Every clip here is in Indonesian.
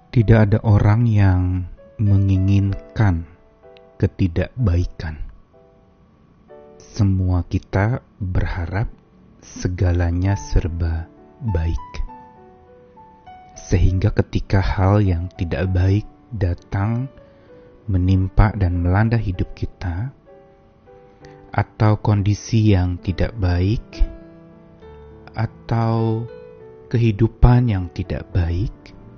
Tidak ada orang yang menginginkan ketidakbaikan. Semua kita berharap segalanya serba baik. Sehingga ketika hal yang tidak baik datang menimpa dan melanda hidup kita, atau kondisi yang tidak baik, atau kehidupan yang tidak baik,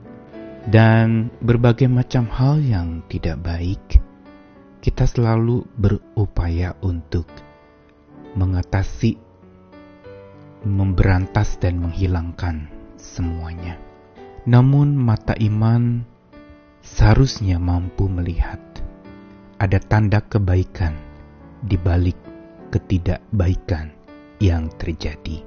dan berbagai macam hal yang tidak baik, kita selalu berupaya untuk mengatasi, memberantas dan menghilangkan semuanya. Namun mata iman seharusnya mampu melihat ada tanda kebaikan di balik ketidakbaikan yang terjadi.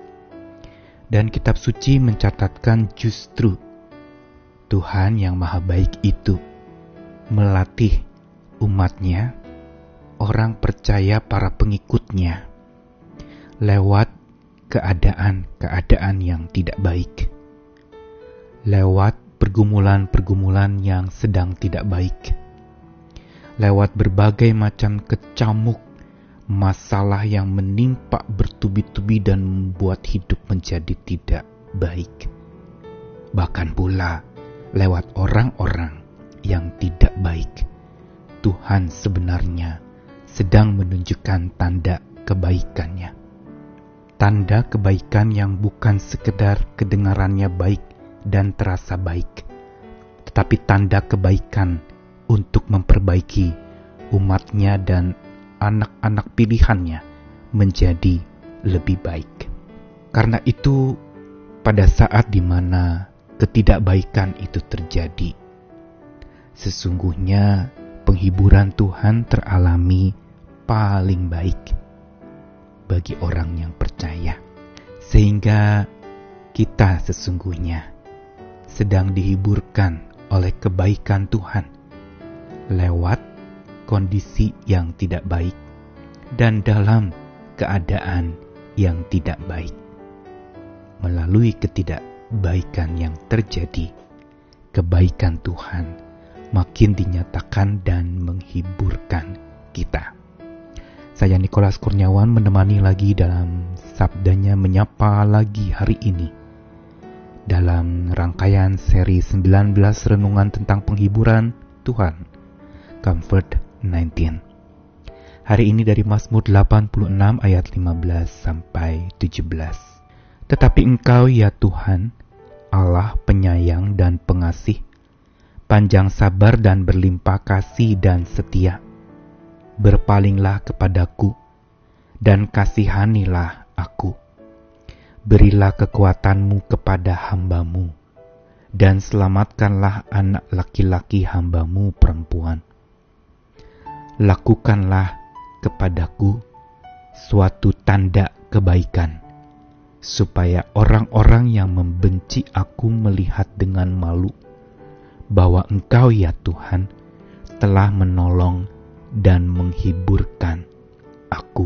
Dan kitab suci mencatatkan justru Tuhan yang maha baik itu melatih umatnya, orang percaya, para pengikutnya, lewat keadaan-keadaan yang tidak baik, lewat pergumulan-pergumulan yang sedang tidak baik, lewat berbagai macam kecamuk masalah yang menimpa bertubi-tubi dan membuat hidup menjadi tidak baik. Bahkan pula lewat orang-orang yang tidak baik, Tuhan sebenarnya sedang menunjukkan tanda kebaikannya. Tanda kebaikan yang bukan sekedar kedengarannya baik dan terasa baik, tetapi tanda kebaikan untuk memperbaiki umatnya dan anak-anak pilihannya menjadi lebih baik. Karena itu, pada saat di mana ketidakbaikan itu terjadi, sesungguhnya penghiburan Tuhan teralami paling baik bagi orang yang percaya. Sehingga kita sesungguhnya sedang dihiburkan oleh kebaikan Tuhan lewat kondisi yang tidak baik dan dalam keadaan yang tidak baik. Melalui ketidakbaikan yang terjadi, kebaikan Tuhan makin dinyatakan dan menghiburkan kita. Saya Nikolas Kurniawan menemani lagi dalam Sabdanya Menyapa lagi hari ini, dalam rangkaian seri 19 renungan tentang penghiburan Tuhan, Comfort 19. Hari ini dari Mazmur 86 ayat 15 sampai 17. Tetapi Engkau ya Tuhan, Allah penyayang dan pengasih, panjang sabar dan berlimpah kasih dan setia. Berpalinglah kepadaku dan kasihanilah aku. Berilah kekuatanmu kepada hamba-Mu dan selamatkanlah anak laki-laki hamba-Mu perempuan. Lakukanlah kepadaku suatu tanda kebaikan, supaya orang-orang yang membenci aku melihat dengan malu bahwa Engkau ya Tuhan telah menolong dan menghiburkan aku.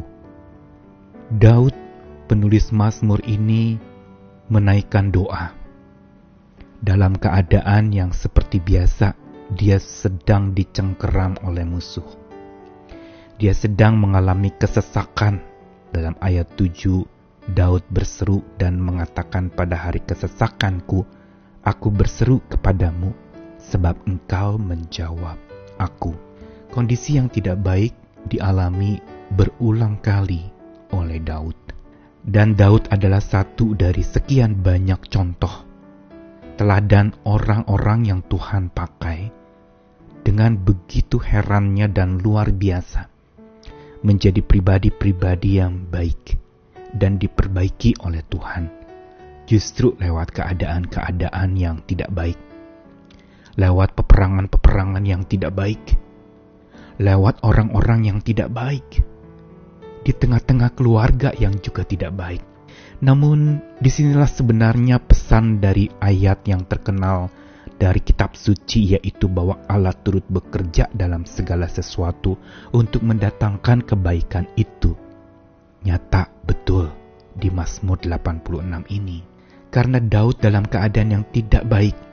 Daud, penulis Mazmur ini, menaikkan doa. Dalam keadaan yang seperti biasa, dia sedang dicengkeram oleh musuh. Dia sedang mengalami kesesakan. Dalam ayat 7, Daud berseru dan mengatakan, pada hari kesesakanku, aku berseru kepadamu, sebab Engkau menjawab aku. Kondisi yang tidak baik dialami berulang kali oleh Daud. Dan Daud adalah satu dari sekian banyak contoh teladan orang-orang yang Tuhan pakai dengan begitu herannya dan luar biasa menjadi pribadi-pribadi yang baik dan diperbaiki oleh Tuhan, justru lewat keadaan-keadaan yang tidak baik, lewat peperangan-peperangan yang tidak baik, lewat orang-orang yang tidak baik, di tengah-tengah keluarga yang juga tidak baik. Namun disinilah sebenarnya pesan dari ayat yang terkenal dari kitab suci, yaitu bahwa Allah turut bekerja dalam segala sesuatu untuk mendatangkan kebaikan itu. Nyata betul di Mazmur 86 ini. Karena Daud dalam keadaan yang tidak baik,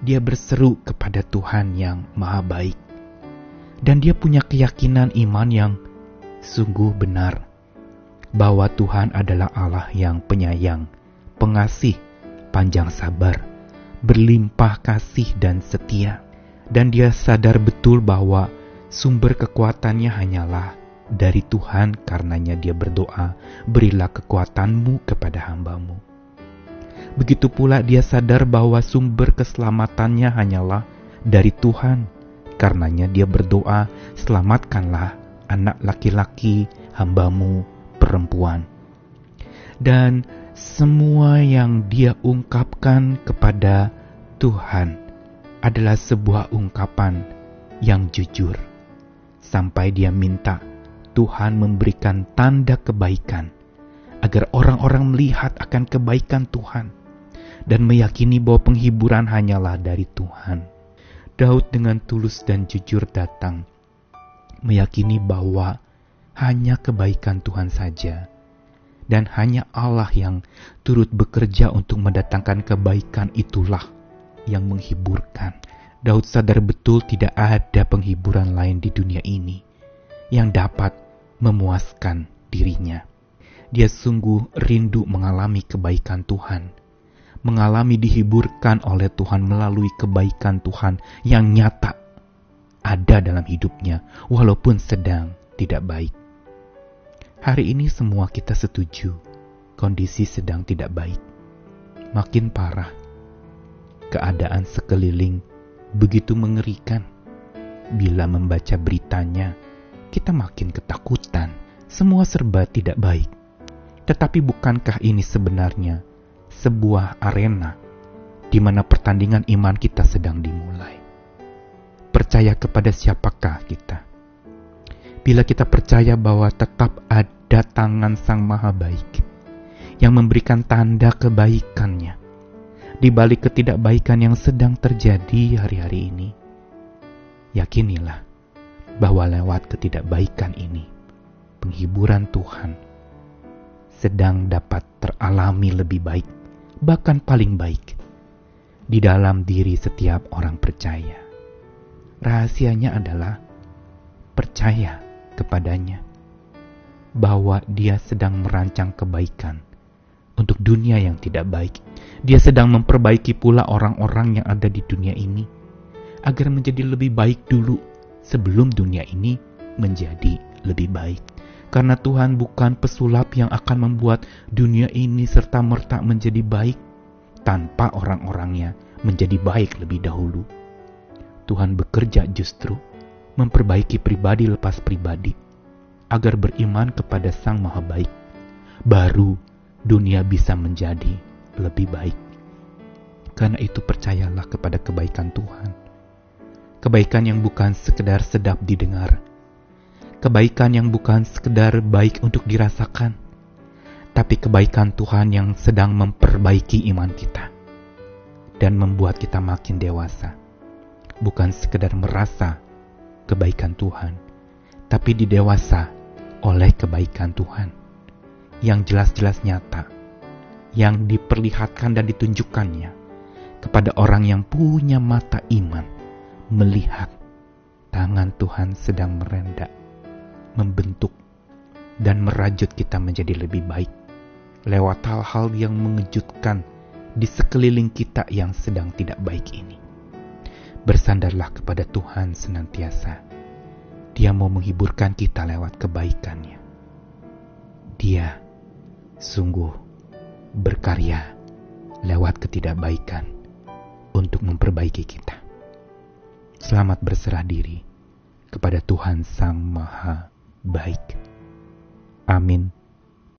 dia berseru kepada Tuhan yang maha baik. Dan dia punya keyakinan iman yang sungguh benar, bahwa Tuhan adalah Allah yang penyayang, pengasih, panjang sabar, berlimpah kasih dan setia. Dan dia sadar betul bahwa sumber kekuatannya hanyalah dari Tuhan. Karenanya dia berdoa, berilah kekuatanmu kepada hamba-Mu. Begitu pula dia sadar bahwa sumber keselamatannya hanyalah dari Tuhan. Karenanya dia berdoa, selamatkanlah anak laki-laki hamba-Mu perempuan. Dan semua yang dia ungkapkan kepada Tuhan adalah sebuah ungkapan yang jujur. Sampai dia minta Tuhan memberikan tanda kebaikan, agar orang-orang melihat akan kebaikan Tuhan dan meyakini bahwa penghiburan hanyalah dari Tuhan. Daud dengan tulus dan jujur datang, meyakini bahwa hanya kebaikan Tuhan saja, dan hanya Allah yang turut bekerja untuk mendatangkan kebaikan itulah yang menghiburkan. Daud sadar betul tidak ada penghiburan lain di dunia ini yang dapat memuaskan dirinya. Dia sungguh rindu mengalami kebaikan Tuhan, mengalami dihiburkan oleh Tuhan melalui kebaikan Tuhan yang nyata ada dalam hidupnya, walaupun sedang tidak baik. Hari ini semua kita setuju, kondisi sedang tidak baik, makin parah. Keadaan sekeliling begitu mengerikan. Bila membaca beritanya, kita makin ketakutan. Semua serba tidak baik. Tetapi bukankah ini sebenarnya sebuah arena di mana pertandingan iman kita sedang dimulai? Percaya kepada siapakah kita? Bila kita percaya bahwa tetap ada tangan Sang Maha Baik yang memberikan tanda kebaikannya di balik ketidakbaikan yang sedang terjadi hari-hari ini, yakinilah bahwa lewat ketidakbaikan ini, penghiburan Tuhan sedang dapat teralami lebih baik, bahkan paling baik, di dalam diri setiap orang percaya. Rahasianya adalah percaya kepadanya, bahwa Dia sedang merancang kebaikan untuk dunia yang tidak baik. Dia sedang memperbaiki pula orang-orang yang ada di dunia ini, agar menjadi lebih baik dulu sebelum dunia ini menjadi lebih baik. Karena Tuhan bukan pesulap yang akan membuat dunia ini serta-merta menjadi baik tanpa orang-orangnya menjadi baik lebih dahulu. Tuhan bekerja justru memperbaiki pribadi lepas pribadi, agar beriman kepada Sang Maha Baik. Baru dunia bisa menjadi lebih baik. Karena itu percayalah kepada kebaikan Tuhan. Kebaikan yang bukan sekedar sedap didengar. Kebaikan yang bukan sekedar baik untuk dirasakan. Tapi kebaikan Tuhan yang sedang memperbaiki iman kita dan membuat kita makin dewasa. Bukan sekedar merasa kebaikan Tuhan, tapi didewasa oleh kebaikan Tuhan yang jelas-jelas nyata, yang diperlihatkan dan ditunjukkannya kepada orang yang punya mata iman, melihat tangan Tuhan sedang merendak, membentuk dan merajut kita menjadi lebih baik lewat hal-hal yang mengejutkan di sekeliling kita yang sedang tidak baik ini. Bersandarlah kepada Tuhan senantiasa. Dia mau menghiburkan kita lewat kebaikannya. Dia sungguh berkarya lewat ketidakbaikan untuk memperbaiki kita. Selamat berserah diri kepada Tuhan Sang Maha Baik. Amin.